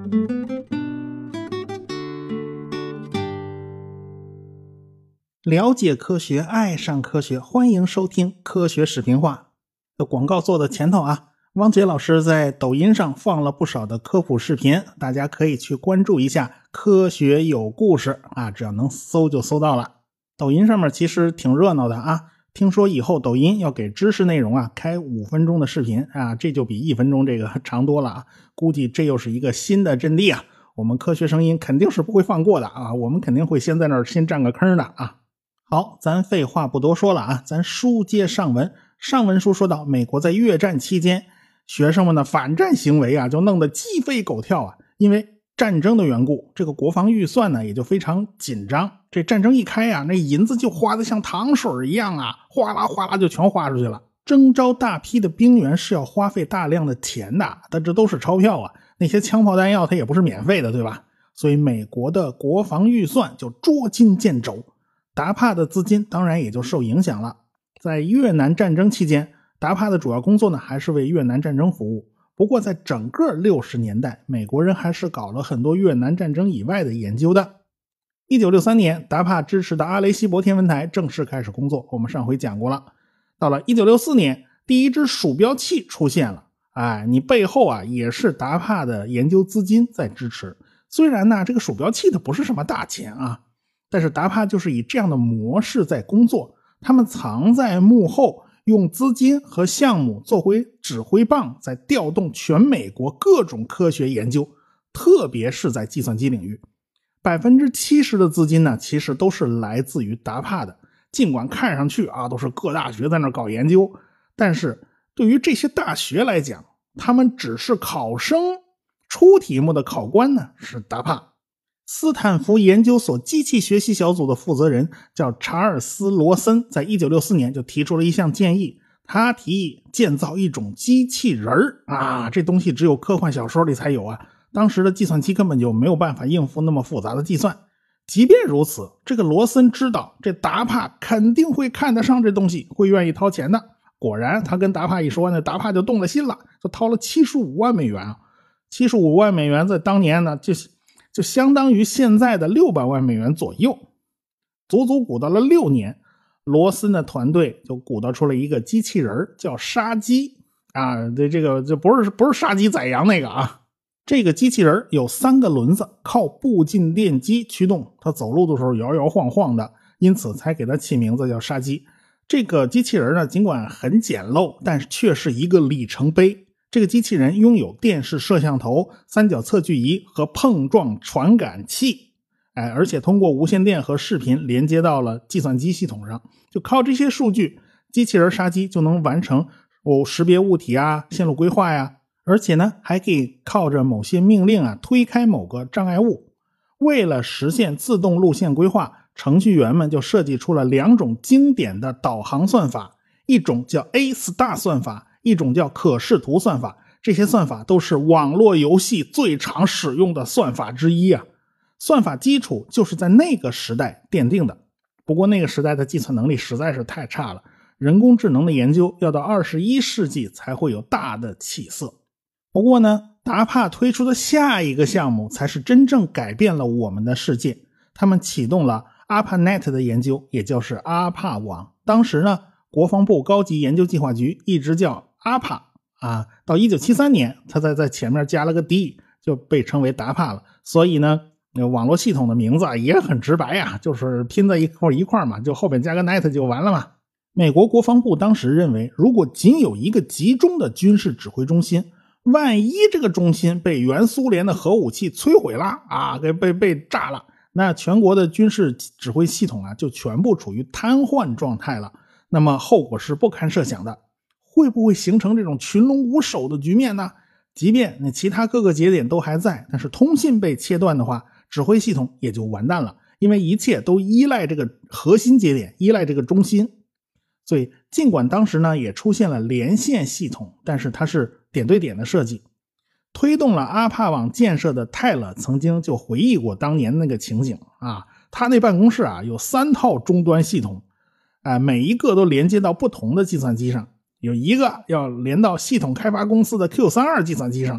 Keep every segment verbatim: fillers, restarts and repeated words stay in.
了解科学，爱上科学，欢迎收听科学视频化。这广告做的前头啊，汪杰老师在抖音上放了不少的科普视频，大家可以去关注一下科学有故事啊，只要能搜就搜到了。抖音上面其实挺热闹的啊，听说以后抖音要给知识内容啊开五分钟的视频啊，这就比一分钟这个长多了啊，估计这又是一个新的阵地啊，我们科学声音肯定是不会放过的啊，我们肯定会先在那儿先占个坑的啊。好，咱废话不多说了啊，咱书接上文。上文书说到，美国在越战期间，学生们的反战行为啊，就弄得鸡飞狗跳啊。因为战争的缘故，这个国防预算呢也就非常紧张。这战争一开啊，那银子就花得像糖水一样啊，哗啦哗啦就全花出去了。征召大批的兵员是要花费大量的钱的，但这都是钞票啊。那些枪炮弹药它也不是免费的，对吧？所以美国的国防预算就捉襟见肘。达帕的资金当然也就受影响了。在越南战争期间，达帕的主要工作呢还是为越南战争服务。不过在整个六十年代，美国人还是搞了很多越南战争以外的研究的。一九六三年，达帕支持的阿雷西博天文台正式开始工作，我们上回讲过了。到了一九六四年，第一支鼠标器出现了。哎，你背后啊也是达帕的研究资金在支持。虽然呢这个鼠标器它不是什么大钱啊，但是达帕就是以这样的模式在工作，他们藏在幕后，用资金和项目作为指挥棒，在调动全美国各种科学研究，特别是在计算机领域。百分之七十 的资金呢，其实都是来自于达帕的。尽管看上去啊，都是各大学在那搞研究，但是对于这些大学来讲，他们只是考生，出题目的考官呢是达帕。斯坦福研究所机器学习小组的负责人叫查尔斯·罗森，在一九六四年就提出了一项建议，他提议建造一种机器人儿啊，这东西只有科幻小说里才有啊，当时的计算机根本就没有办法应付那么复杂的计算。即便如此，这个罗森知道这达帕肯定会看得上这东西，会愿意掏钱的。果然他跟达帕一说呢，达帕就动了心了，就掏了七十五万美元啊，七十五万美元在当年呢就是就相当于现在的六百万美元左右。足足鼓捣了六年，罗森的团队就鼓捣出了一个机器人叫杀鸡啊，这这个就不是不是杀鸡宰羊那个啊。这个机器人有三个轮子，靠步进电机驱动，它走路的时候摇摇晃晃的，因此才给它起名字叫杀鸡。这个机器人呢，尽管很简陋，但是却是一个里程碑。这个机器人拥有电视摄像头、三角测距仪和碰撞传感器，哎，而且通过无线电和视频连接到了计算机系统上。就靠这些数据，机器人杀鸡就能完成哦识别物体啊、线路规划呀，而且呢还可以靠着某些命令啊推开某个障碍物。为了实现自动路线规划，程序员们就设计出了两种经典的导航算法，一种叫 A star 算法，一种叫可视图算法。这些算法都是网络游戏最常使用的算法之一啊。算法基础就是在那个时代奠定的，不过那个时代的计算能力实在是太差了，人工智能的研究要到二十一世纪才会有大的起色。不过呢，达帕推出的下一个项目才是真正改变了我们的世界。他们启动了 ARPANET 的研究，也就是阿帕网。当时呢，国防部高级研究计划局一直叫 A P A 啊，到一九七三年，他再在前面加了个 D， 就被称为达帕了。所以呢，网络系统的名字啊也很直白啊，就是拼在一块一块嘛，就后边加个 net 就完了嘛。美国国防部当时认为，如果仅有一个集中的军事指挥中心，万一这个中心被原苏联的核武器摧毁了啊，给被被炸了，那全国的军事指挥系统啊就全部处于瘫痪状态了，那么后果是不堪设想的。会不会形成这种群龙无首的局面呢？即便那其他各个节点都还在，但是通信被切断的话，指挥系统也就完蛋了，因为一切都依赖这个核心节点，依赖这个中心。所以尽管当时呢也出现了连线系统，但是它是点对点的设计。推动了阿帕网建设的泰勒曾经就回忆过当年那个情景啊，他那办公室啊有三套终端系统，啊，每一个都连接到不同的计算机上，有一个要连到系统开发公司的 Q 三十二 计算机上，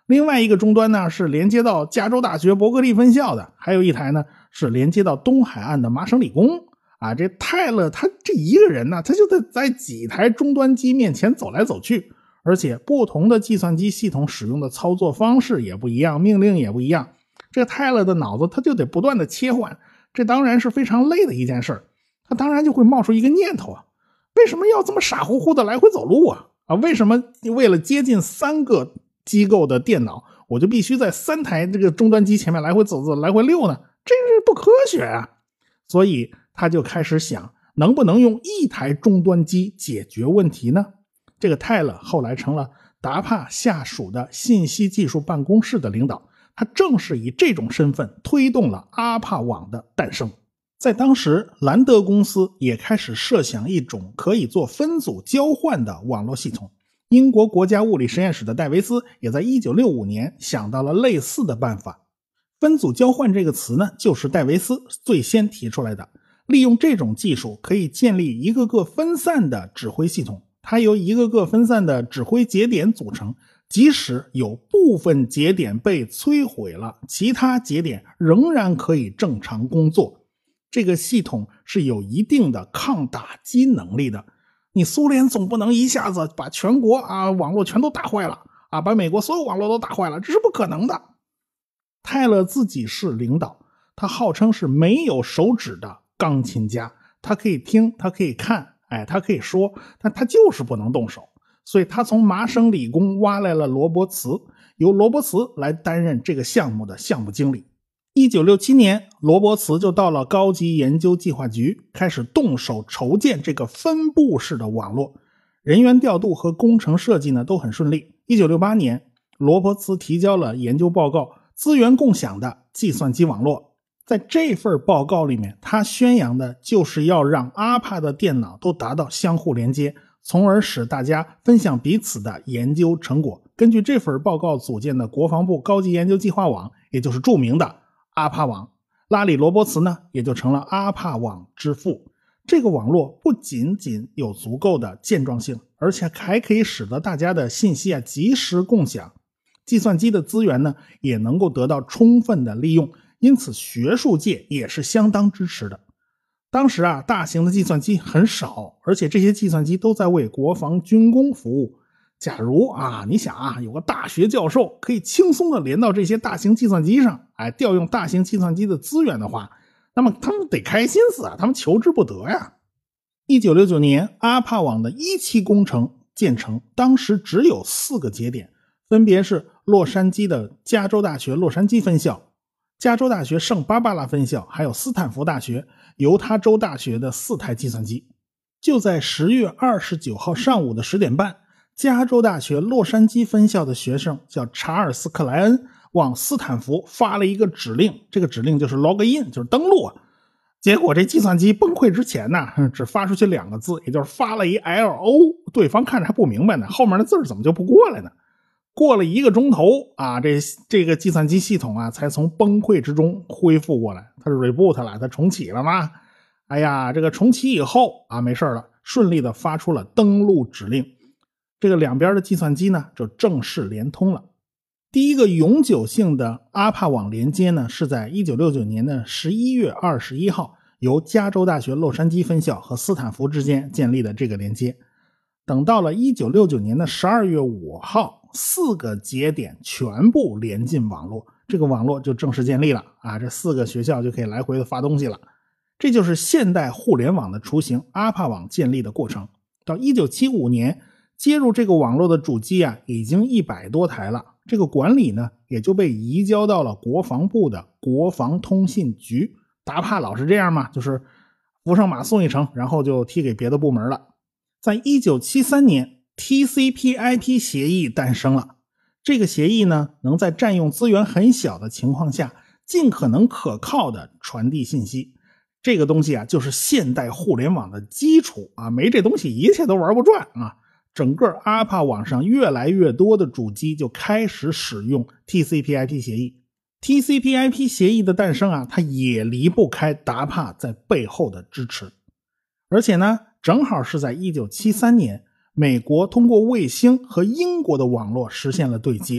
另外一个终端呢是连接到加州大学伯克利分校的，还有一台呢是连接到东海岸的麻省理工。啊，这泰勒他这一个人呢，他就得在几台终端机面前走来走去，而且不同的计算机系统使用的操作方式也不一样，命令也不一样。这个泰勒的脑子他就得不断的切换，这当然是非常累的一件事。他当然就会冒出一个念头啊，为什么要这么傻乎乎的来回走路啊？啊，为什么为了接近三个机构的电脑，我就必须在三台这个终端机前面来回走走来回溜呢？这是不科学啊！所以他就开始想，能不能用一台终端机解决问题呢？这个泰勒后来成了达帕下属的信息技术办公室的领导，他正是以这种身份推动了阿帕网的诞生。在当时，兰德公司也开始设想一种可以做分组交换的网络系统。英国国家物理实验室的戴维斯也在一九六五年想到了类似的办法。分组交换这个词呢，就是戴维斯最先提出来的。利用这种技术可以建立一个个分散的指挥系统，它由一个个分散的指挥节点组成，即使有部分节点被摧毁了，其他节点仍然可以正常工作。这个系统是有一定的抗打击能力的。你苏联总不能一下子把全国啊网络全都打坏了啊，把美国所有网络都打坏了，这是不可能的。泰勒自己是领导，他号称是没有手指的钢琴家，他可以听，他可以看，哎，他可以说，但他就是不能动手。所以他从麻省理工挖来了罗伯茨，由罗伯茨来担任这个项目的项目经理。一九六七年，罗伯茨就到了高级研究计划局，开始动手筹建这个分布式的网络。人员调度和工程设计呢都很顺利。一九六八年，罗伯茨提交了研究报告，资源共享的计算机网络。在这份报告里面，他宣扬的就是要让阿帕的电脑都达到相互连接，从而使大家分享彼此的研究成果。根据这份报告组建的国防部高级研究计划网，也就是著名的阿帕网，拉里·罗伯茨呢也就成了阿帕网之父。这个网络不仅仅有足够的健壮性，而且还可以使得大家的信息啊及时共享，计算机的资源呢也能够得到充分的利用，因此学术界也是相当支持的。当时啊，大型的计算机很少，而且这些计算机都在为国防军工服务。假如啊，你想啊，有个大学教授可以轻松的连到这些大型计算机上，哎，调用大型计算机的资源的话，那么他们得开心死啊，他们求之不得呀。一九六九年，阿帕网的一期工程建成，当时只有四个节点，分别是洛杉矶的加州大学洛杉矶分校、加州大学圣芭芭拉分校，还有斯坦福大学、犹他州大学的四台计算机。就在十月二十九号上午的十点半，加州大学洛杉矶分校的学生叫查尔斯·克莱恩往斯坦福发了一个指令，这个指令就是 log in， 就是登录啊。结果这计算机崩溃之前呢，只发出去两个字，也就是发了一 L O， 对方看着还不明白呢，后面的字怎么就不过来呢？过了一个钟头啊，这这个计算机系统啊才从崩溃之中恢复过来，它是 reboot 了，它重启了吗？哎呀，这个重启以后啊没事了，顺利的发出了登录指令。这个两边的计算机呢就正式连通了。第一个永久性的阿帕网连接呢是在一九六九年的十一月二十一号由加州大学洛杉矶分校和斯坦福之间建立的这个连接。等到了一九六九年的十二月五号，四个节点全部连进网络，这个网络就正式建立了啊！这四个学校就可以来回的发东西了。这就是现代互联网的雏形阿帕网建立的过程。到一九七五年，接入这个网络的主机啊已经一百多台了，这个管理呢也就被移交到了国防部的国防通信局。达帕老是这样嘛，就是扶上马送一程，然后就踢给别的部门了。在一九七三年 T C P I P 协议诞生了。这个协议呢能在占用资源很小的情况下尽可能可靠的传递信息。这个东西啊就是现代互联网的基础啊，没这东西一切都玩不转啊。整个阿帕网上越来越多的主机就开始使用 T C P I P 协议。T C P I P 协议的诞生啊，它也离不开达帕在背后的支持。而且呢，正好是在一九七三年，美国通过卫星和英国的网络实现了对接，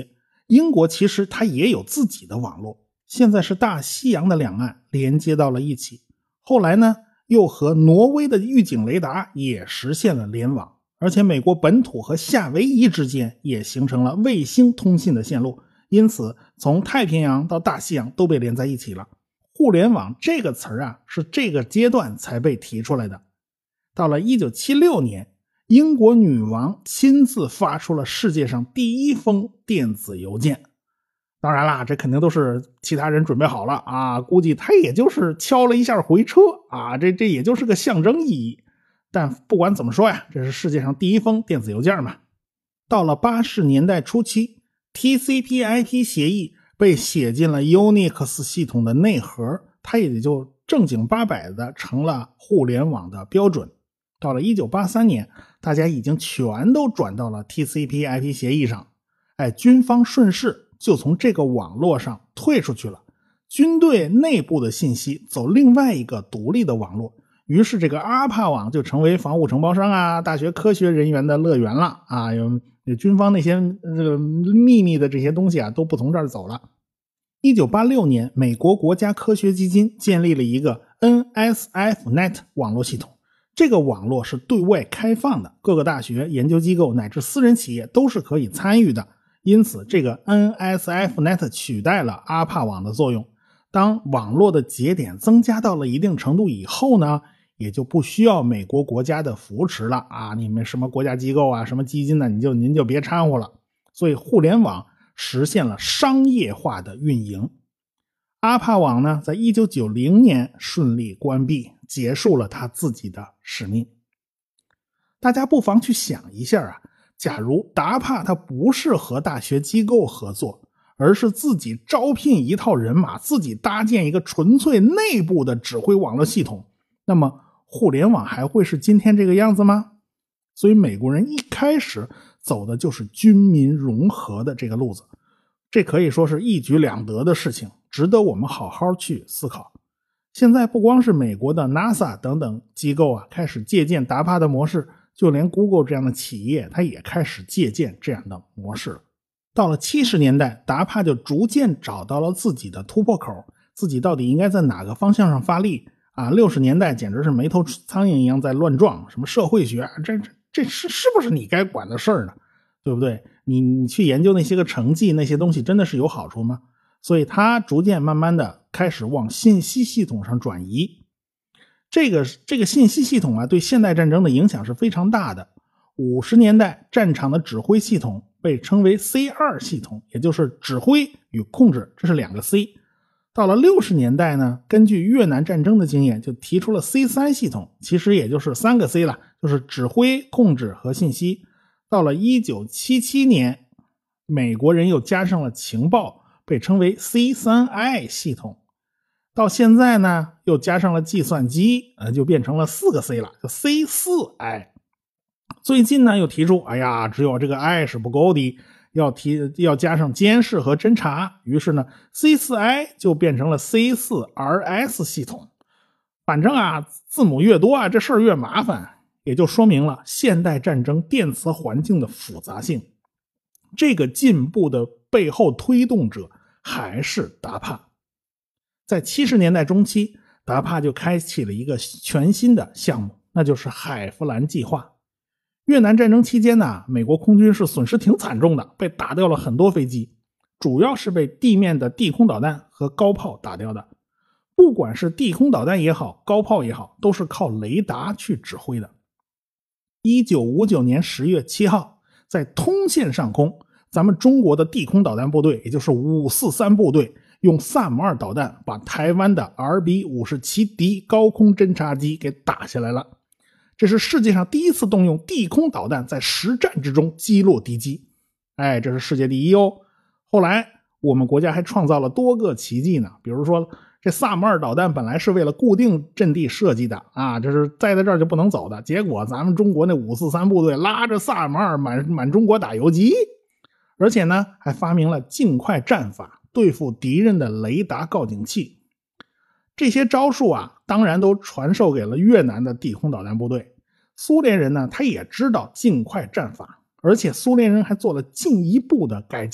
英国其实它也有自己的网络，现在是大西洋的两岸连接到了一起，后来呢又和挪威的预警雷达也实现了联网，而且美国本土和夏威夷之间也形成了卫星通信的线路，因此从太平洋到大西洋都被连在一起了。互联网这个词儿啊，是这个阶段才被提出来的。到了一九七六年，英国女王亲自发出了世界上第一封电子邮件。当然啦，这肯定都是其他人准备好了啊，估计他也就是敲了一下回车啊，这这也就是个象征意义。但不管怎么说呀，这是世界上第一封电子邮件嘛。到了八十年代初期， T C P I P 协议被写进了 Unix 系统的内核，它也就正经八百的成了互联网的标准。到了一九八三年，大家已经全都转到了 T C P I P 协议上，哎，军方顺势就从这个网络上退出去了，军队内部的信息走另外一个独立的网络，于是这个阿帕网就成为防务承包商啊、大学科学人员的乐园了啊，有有军方那些这个秘密的这些东西啊，都不从这儿走了。一九八六年，美国国家科学基金建立了一个 N S F Net 网络系统，这个网络是对外开放的，各个大学、研究机构乃至私人企业都是可以参与的，因此这个 N S F Net 取代了阿帕网的作用。当网络的节点增加到了一定程度以后呢，也就不需要美国国家的扶持了啊！你们什么国家机构啊、什么基金呢，你就您就别掺和了。所以互联网实现了商业化的运营。阿帕网呢，在一九九零年顺利关闭，结束了他自己的使命。大家不妨去想一下啊，假如达帕他不是和大学机构合作，而是自己招聘一套人马，自己搭建一个纯粹内部的指挥网络系统，那么互联网还会是今天这个样子吗？所以美国人一开始走的就是军民融合的这个路子，这可以说是一举两得的事情，值得我们好好去思考。现在不光是美国的 NASA 等等机构啊，开始借鉴达帕的模式，就连 Google 这样的企业，它也开始借鉴这样的模式了。到了七十年代，达帕就逐渐找到了自己的突破口，自己到底应该在哪个方向上发力啊？六十年代简直是没头苍蝇一样在乱撞，什么社会学，这这这是是不是你该管的事儿呢？对不对？你你去研究那些个成绩，那些东西真的是有好处吗？所以他逐渐慢慢的开始往信息系统上转移。这个这个信息系统啊，对现代战争的影响是非常大的。五十年代战场的指挥系统被称为 C 二 系统，也就是指挥与控制，这是两个 C。到了六十年代呢，根据越南战争的经验，就提出了 C 三 系统，其实也就是三个 C 了，就是指挥、控制和信息。到了一九七七年，美国人又加上了情报，被称为 C 三 I 系统。到现在呢，又加上了计算机，呃，就变成了四个 C 了，就 C 四 I。最近呢，又提出，哎呀，只有这个 I 是不够的，要提要加上监视和侦查，于是呢 C 四 I 就变成了 C 四 R S 系统。反正啊，字母越多啊，这事儿越麻烦，也就说明了现代战争电磁环境的复杂性。这个进步的背后推动者还是达帕。在七十年代中期，达帕就开启了一个全新的项目，那就是海弗兰计划。越南战争期间呢，美国空军是损失挺惨重的，被打掉了很多飞机，主要是被地面的地空导弹和高炮打掉的。不管是地空导弹也好，高炮也好，都是靠雷达去指挥的。一九五九年十月七号，在通县上空，咱们中国的地空导弹部队，也就是五四三部队，用萨姆二导弹把台湾的 R B 五十七 D 高空侦察机给打下来了。这是世界上第一次动用地空导弹在实战之中击落敌机，哎，这是世界第一哦。后来我们国家还创造了多个奇迹呢，比如说这萨姆二导弹本来是为了固定阵地设计的啊，这是栽在这儿就不能走的，结果咱们中国那五四三部队拉着萨姆二满满中国打游击，而且呢还发明了尽快战法，对付敌人的雷达告警器。这些招数啊，当然都传授给了越南的地空导弹部队。苏联人呢，他也知道尽快战法，而且苏联人还做了进一步的改进。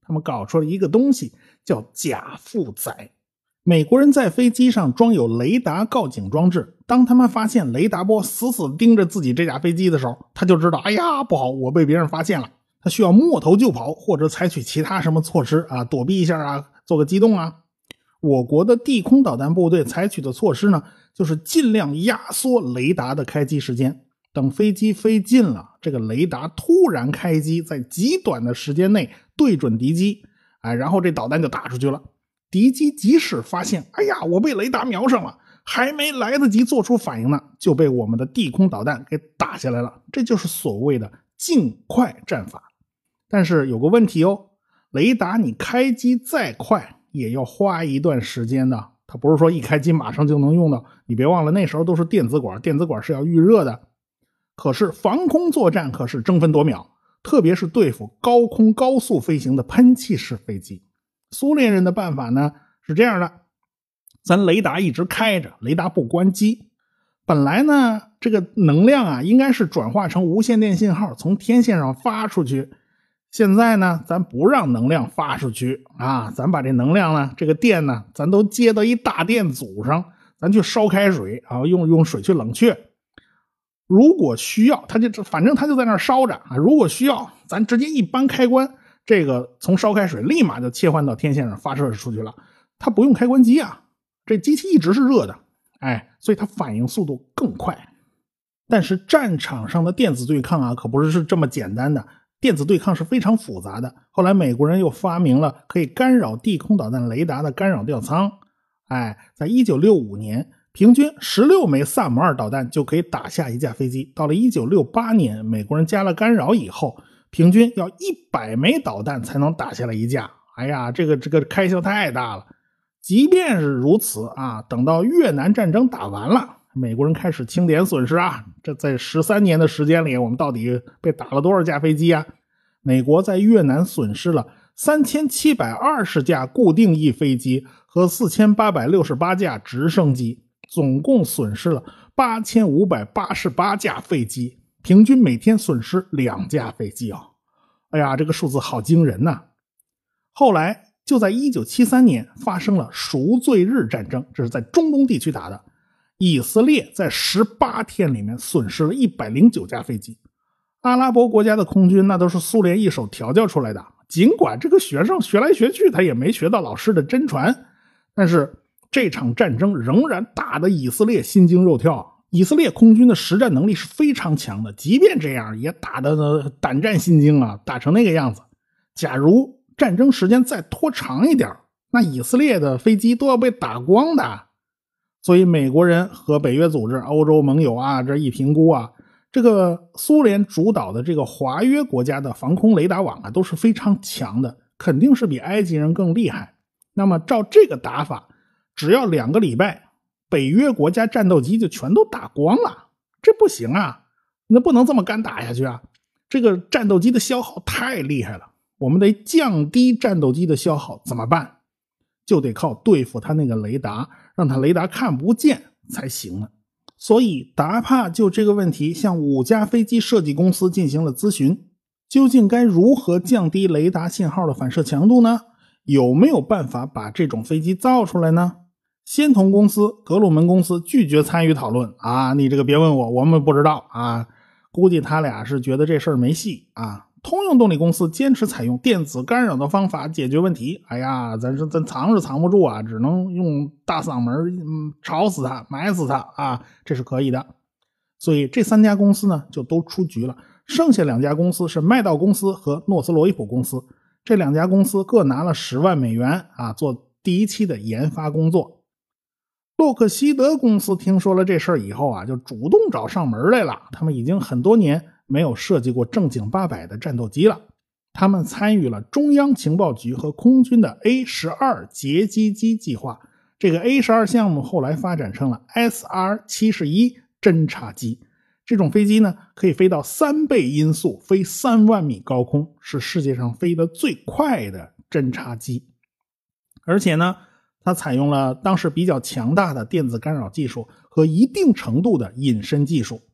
他们搞出了一个东西叫假负载。美国人在飞机上装有雷达告警装置，当他们发现雷达波死死盯着自己这架飞机的时候，他就知道，哎呀，不好，我被别人发现了。他需要摸头就跑，或者采取其他什么措施啊，躲避一下啊，做个机动啊。我国的地空导弹部队采取的措施呢，就是尽量压缩雷达的开机时间，等飞机飞近了，这个雷达突然开机，在极短的时间内对准敌机，哎，然后这导弹就打出去了。敌机即使发现，哎呀，我被雷达瞄上了，还没来得及做出反应呢，就被我们的地空导弹给打下来了。这就是所谓的尽快战法。但是有个问题哦，雷达你开机再快也要花一段时间的，它不是说一开机马上就能用到。你别忘了那时候都是电子管，电子管是要预热的。可是防空作战可是争分夺秒，特别是对付高空高速飞行的喷气式飞机。苏联人的办法呢是这样的，咱雷达一直开着，雷达不关机。本来呢这个能量啊应该是转化成无线电信号从天线上发出去，现在呢咱不让能量发出去啊，咱把这能量呢这个电呢咱都接到一大电阻上，咱去烧开水啊，用用水去冷却。如果需要，它就反正它就在那儿烧着啊，如果需要咱直接一扳开关，这个从烧开水立马就切换到天线上发射出去了，它不用开关机啊，这机器一直是热的，哎，所以它反应速度更快。但是战场上的电子对抗啊，可不是这么简单的，电子对抗是非常复杂的。后来美国人又发明了可以干扰地空导弹雷达的干扰吊舱，哎，在一九六五年，平均十六枚萨姆二导弹就可以打下一架飞机。到了一九六八年，美国人加了干扰以后，平均要一百枚导弹才能打下来一架。哎呀，这个这个开销太大了。即便是如此啊，等到越南战争打完了，美国人开始清点损失啊。这在十三年的时间里，我们到底被打了多少架飞机啊？美国在越南损失了三千七百二十架固定翼飞机和四千八百六十八架直升机，总共损失了八千五百八十八架飞机，平均每天损失两架飞机哦。哎呀，这个数字好惊人呐！后来就在一九七三年发生了赎罪日战争，这是在中东地区打的。以色列在十八天里面损失了一百零九架飞机。阿拉伯国家的空军那都是苏联一手调教出来的，尽管这个学生学来学去他也没学到老师的真传，但是这场战争仍然打得以色列心惊肉跳。以色列空军的实战能力是非常强的，即便这样也打得胆战心惊啊，打成那个样子。假如战争时间再拖长一点，那以色列的飞机都要被打光的。所以美国人和北约组织、欧洲盟友啊，这一评估啊，这个苏联主导的这个华约国家的防空雷达网啊都是非常强的，肯定是比埃及人更厉害。那么照这个打法，只要两个礼拜，北约国家战斗机就全都打光了。这不行啊，那不能这么干打下去啊，这个战斗机的消耗太厉害了。我们得降低战斗机的消耗，怎么办？就得靠对付它那个雷达，让它雷达看不见才行了。所以达帕就这个问题向五家飞机设计公司进行了咨询，究竟该如何降低雷达信号的反射强度呢？有没有办法把这种飞机造出来呢？仙童公司、格鲁门公司拒绝参与讨论啊！你这个别问我，我们不知道啊。估计他俩是觉得这事儿没戏啊。通用动力公司坚持采用电子干扰的方法解决问题。哎呀，咱是咱藏是藏不住啊，只能用大嗓门嗯，吵死他，埋死他啊，这是可以的。所以这三家公司呢就都出局了，剩下两家公司是麦道公司和诺斯罗伊普公司。这两家公司各拿了十万美元啊，做第一期的研发工作。洛克希德公司听说了这事儿以后啊，就主动找上门来了。他们已经很多年没有设计过正经八百的战斗机了。他们参与了中央情报局和空军的 A 十二 截击机计划。这个 A 十二 项目后来发展成了 S R 七十一 侦察机。这种飞机呢，可以飞到三倍音速，飞三万米高空，是世界上飞得最快的侦察机。而且呢，它采用了当时比较强大的电子干扰技术和一定程度的隐身技术。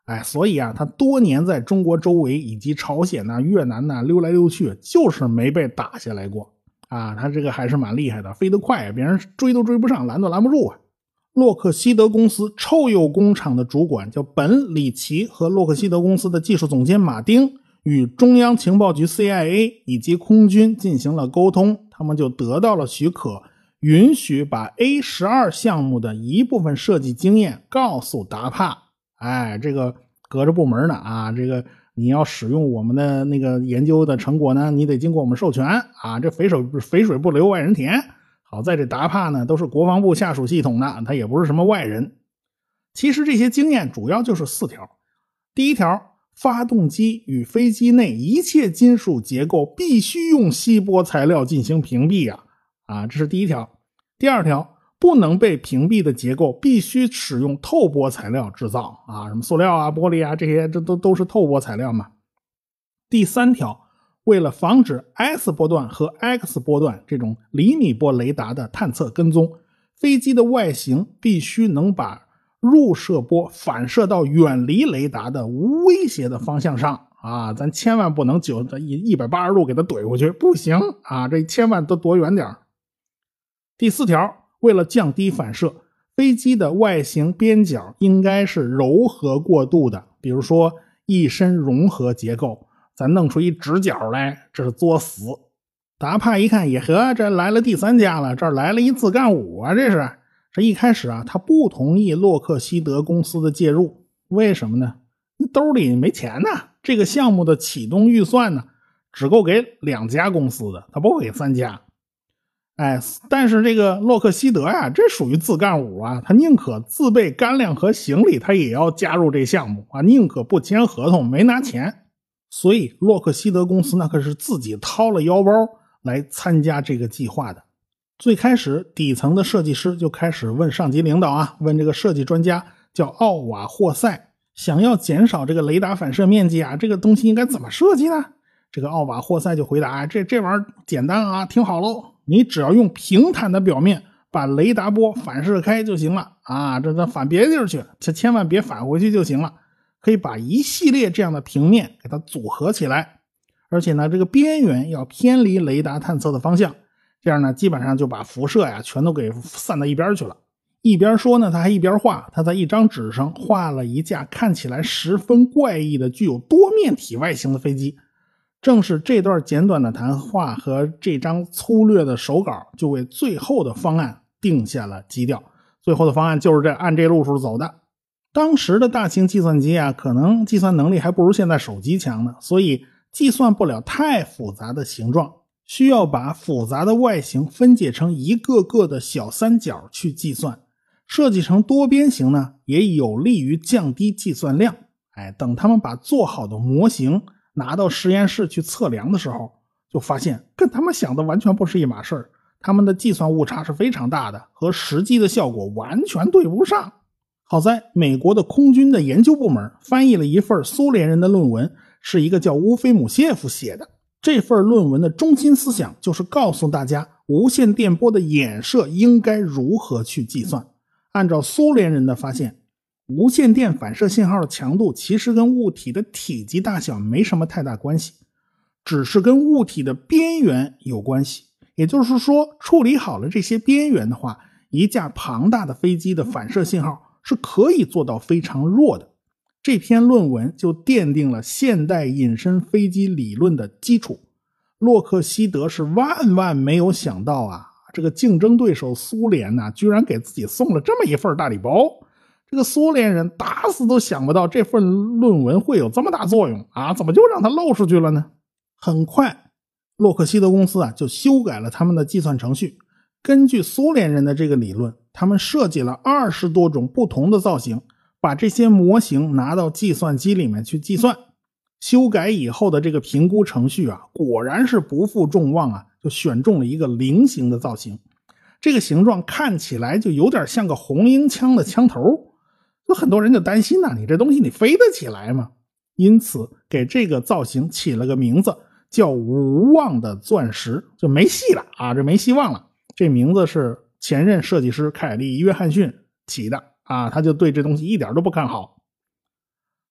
哎，所以啊，他多年在中国周围以及朝鲜呐、越南呐溜来溜去，就是没被打下来过啊。他这个还是蛮厉害的，飞得快，别人追都追不上，拦都拦不住啊。洛克希德公司臭鼬工厂的主管叫本·里奇和洛克希德公司的技术总监马丁与中央情报局 C I A 以及空军进行了沟通，他们就得到了许可，允许把 A 十二 项目的一部分设计经验告诉达帕。哎，这个隔着部门呢啊，这个你要使用我们的那个研究的成果呢，你得经过我们授权啊，这肥水肥水不流外人田。好在这达帕呢都是国防部下属系统的，他也不是什么外人。其实这些经验主要就是四条。第一条，发动机与飞机内一切金属结构必须用锡箔材料进行屏蔽啊，啊，这是第一条。第二条，不能被屏蔽的结构必须使用透玻材料制造啊，什么塑料啊、玻璃啊，这些这都都是透玻材料嘛。第三条，为了防止 S 波段和 X 波段这种厘米波雷达的探测跟踪，飞机的外形必须能把入射波反射到远离雷达的无威胁的方向上啊，咱千万不能就一百八十度给它怼回去，不行啊，这千万都躲远点。第四条，为了降低反射，飞机的外形边角应该是柔和过渡的，比如说一身融合结构，咱弄出一直角来，这是作死。达帕一看也和，这来了第三家了，这儿来了一自干五啊，这是。这一开始啊，他不同意洛克希德公司的介入，为什么呢？兜里没钱呢，这个项目的启动预算呢，只够给两家公司的，他不会给三家。哎，但是这个洛克希德呀，这属于自干五啊，他宁可自备干粮和行李，他也要加入这项目啊，宁可不签合同，没拿钱。所以洛克希德公司那可是自己掏了腰包来参加这个计划的。最开始底层的设计师就开始问上级领导啊，问这个设计专家叫奥瓦霍塞，想要减少这个雷达反射面积啊，这个东西应该怎么设计呢？这个奥瓦霍塞就回答，这这玩意儿简单啊，听好喽，你只要用平坦的表面把雷达波反射开就行了啊，这这反别地儿去，这千万别返回去就行了。可以把一系列这样的平面给它组合起来，而且呢，这个边缘要偏离雷达探测的方向，这样呢，基本上就把辐射呀全都给散到一边去了。一边说呢，他还一边画，他在一张纸上画了一架看起来十分怪异的具有多面体外形的飞机。正是这段简短的谈话和这张粗略的手稿，就为最后的方案定下了基调。最后的方案就是这按这路数走的。当时的大型计算机啊，可能计算能力还不如现在手机强呢，所以计算不了太复杂的形状，需要把复杂的外形分解成一个个的小三角去计算。设计成多边形呢，也有利于降低计算量。哎，等他们把做好的模型拿到实验室去测量的时候，就发现跟他们想的完全不是一码事儿，他们的计算误差是非常大的，和实际的效果完全对不上。好在美国的空军的研究部门翻译了一份苏联人的论文，是一个叫乌菲姆谢夫写的。这份论文的中心思想就是告诉大家无线电波的衍射应该如何去计算。按照苏联人的发现，无线电反射信号的强度其实跟物体的体积大小没什么太大关系，只是跟物体的边缘有关系。也就是说，处理好了这些边缘的话，一架庞大的飞机的反射信号是可以做到非常弱的。这篇论文就奠定了现代隐身飞机理论的基础。洛克希德是万万没有想到啊，这个竞争对手苏联呢、啊，居然给自己送了这么一份大礼包。这个苏联人打死都想不到这份论文会有这么大作用啊，怎么就让它漏出去了呢？很快，洛克希德公司啊就修改了他们的计算程序，根据苏联人的这个理论，他们设计了二十多种不同的造型，把这些模型拿到计算机里面去计算。修改以后的这个评估程序啊，果然是不负众望啊，就选中了一个菱形的造型。这个形状看起来就有点像个红缨枪的枪头，有很多人就担心啊，你这东西你飞得起来吗？因此给这个造型起了个名字，叫无望的钻石，就没戏了啊，这没希望了。这名字是前任设计师凯利·约翰逊起的啊，他就对这东西一点都不看好。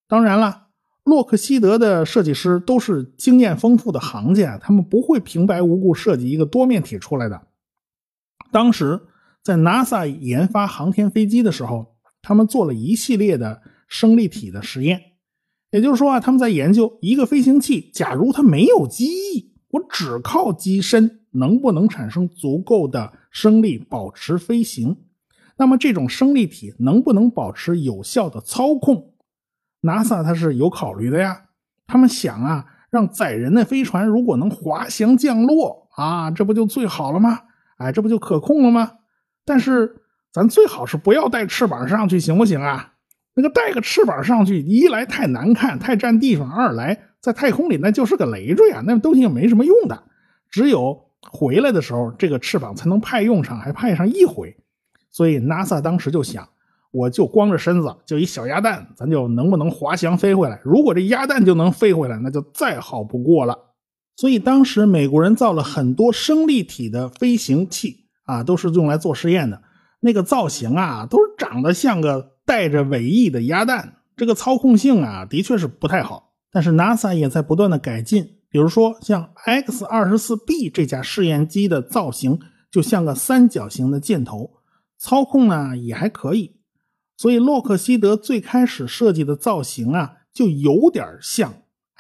当然了，洛克希德的设计师都是经验丰富的行家，他们不会平白无故设计一个多面体出来的。当时在 NASA 研发航天飞机的时候，他们做了一系列的升力体的实验。也就是说啊，他们在研究一个飞行器，假如它没有机翼，我只靠机身能不能产生足够的升力保持飞行。那么这种升力体能不能保持有效的操控， NASA 它是有考虑的呀。他们想啊，让载人的飞船如果能滑翔降落啊，这不就最好了吗？哎，这不就可控了吗？但是咱最好是不要带翅膀上去，行不行啊？那个带个翅膀上去，一来太难看，太占地方，二来在太空里那就是个累赘啊，那东西也没什么用的。只有回来的时候，这个翅膀才能派用场，还派上一回。所以 NASA 当时就想，我就光着身子，就一小鸭蛋，咱就能不能滑翔飞回来？如果这鸭蛋就能飞回来，那就再好不过了。所以当时美国人造了很多升力体的飞行器啊，都是用来做实验的。那个造型啊，都是长得像个带着尾翼的鸭蛋，这个操控性啊，的确是不太好。但是 NASA 也在不断的改进，比如说像 X 二十四 B 这架试验机的造型就像个三角形的箭头，操控呢也还可以。所以洛克希德最开始设计的造型啊，就有点像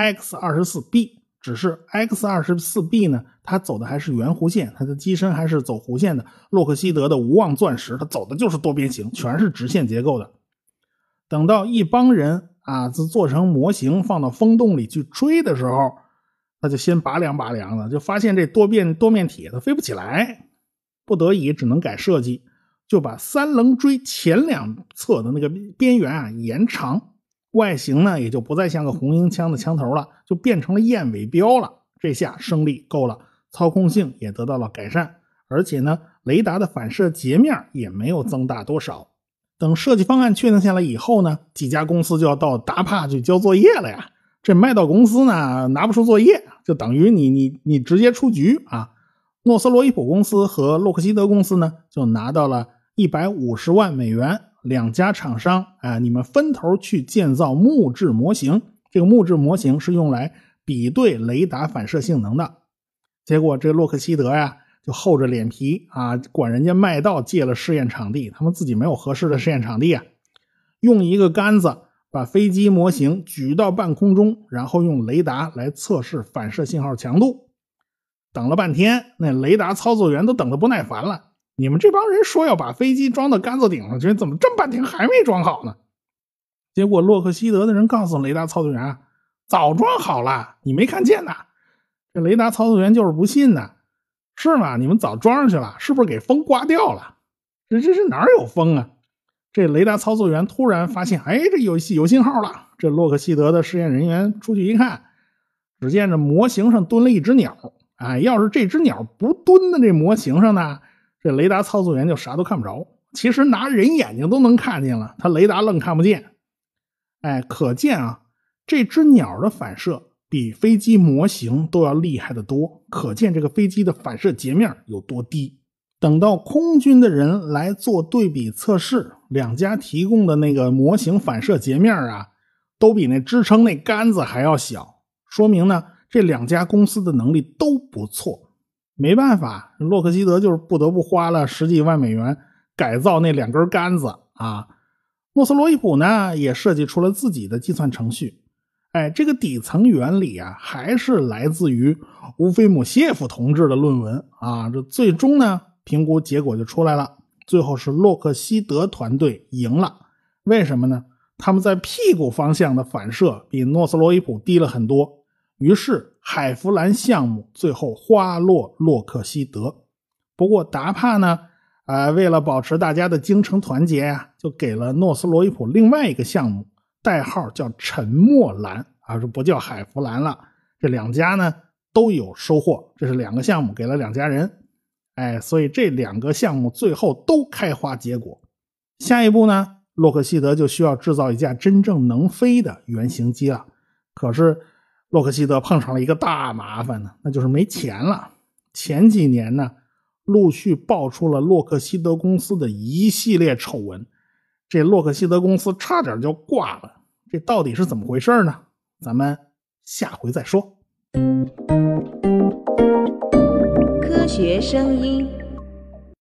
X 二十四 B， 只是 X 二十四 B 呢，它走的还是圆弧线，它的机身还是走弧线的。洛克希德的无望钻石，它走的就是多边形，全是直线结构的。等到一帮人啊，做成模型放到风洞里去吹的时候，他就先拔凉拔凉的，就发现这多边多面体它飞不起来，不得已只能改设计，就把三棱锥前两侧的那个边缘啊延长，外形呢也就不再像个红缨枪的枪头了，就变成了燕尾标了。这下升力够了，操控性也得到了改善，而且呢，雷达的反射截面也没有增大多少。等设计方案确定下来以后呢，几家公司就要到达帕去交作业了呀。这麦道公司呢拿不出作业，就等于你你你直接出局啊。诺斯罗伊普公司和洛克希德公司呢就拿到了一百五十万美元，两家厂商啊，你们分头去建造木质模型。这个木质模型是用来比对雷达反射性能的。结果这洛克希德呀就厚着脸皮啊，管人家麦道借了试验场地，他们自己没有合适的试验场地啊，用一个杆子把飞机模型举到半空中，然后用雷达来测试反射信号强度。等了半天，那雷达操作员都等得不耐烦了，你们这帮人说要把飞机装到杆子顶上去，怎么这么半天还没装好呢？结果洛克希德的人告诉雷达操作员，早装好了，你没看见呐。这雷达操作员就是不信呢，是吗？你们早装上去了，是不是给风刮掉了？这这是哪有风啊？这雷达操作员突然发现，哎，这有有信号了。这洛克希德的试验人员出去一看，只见这模型上蹲了一只鸟。哎，要是这只鸟不蹲在这模型上呢，这雷达操作员就啥都看不着。其实拿人眼睛都能看见了，他雷达愣看不见。哎，可见啊，这只鸟的反射比飞机模型都要厉害得多，可见这个飞机的反射截面有多低。等到空军的人来做对比测试，两家提供的那个模型反射截面啊，都比那支撑那杆子还要小，说明呢，这两家公司的能力都不错。没办法，洛克希德就是不得不花了十几万美元改造那两根杆子啊。诺斯罗伊普呢也设计出了自己的计算程序。哎，这个底层原理啊，还是来自于乌菲姆谢夫同志的论文啊。这最终呢，评估结果就出来了，最后是洛克希德团队赢了。为什么呢？他们在屁股方向的反射比诺斯罗伊普低了很多，于是海弗兰项目最后花落洛克希德。不过达帕呢，呃，为了保持大家的精诚团结啊，就给了诺斯罗伊普另外一个项目，代号叫沉默蓝啊，这不叫海弗兰了。这两家呢都有收获，这是两个项目给了两家人。哎，所以这两个项目最后都开花结果。下一步呢，洛克希德就需要制造一架真正能飞的原型机了。可是洛克希德碰上了一个大麻烦呢，那就是没钱了。前几年呢，陆续爆出了洛克希德公司的一系列丑闻，这洛克希德公司差点就挂了。 这到底是怎么回事呢？咱们下回再说。 科学声音。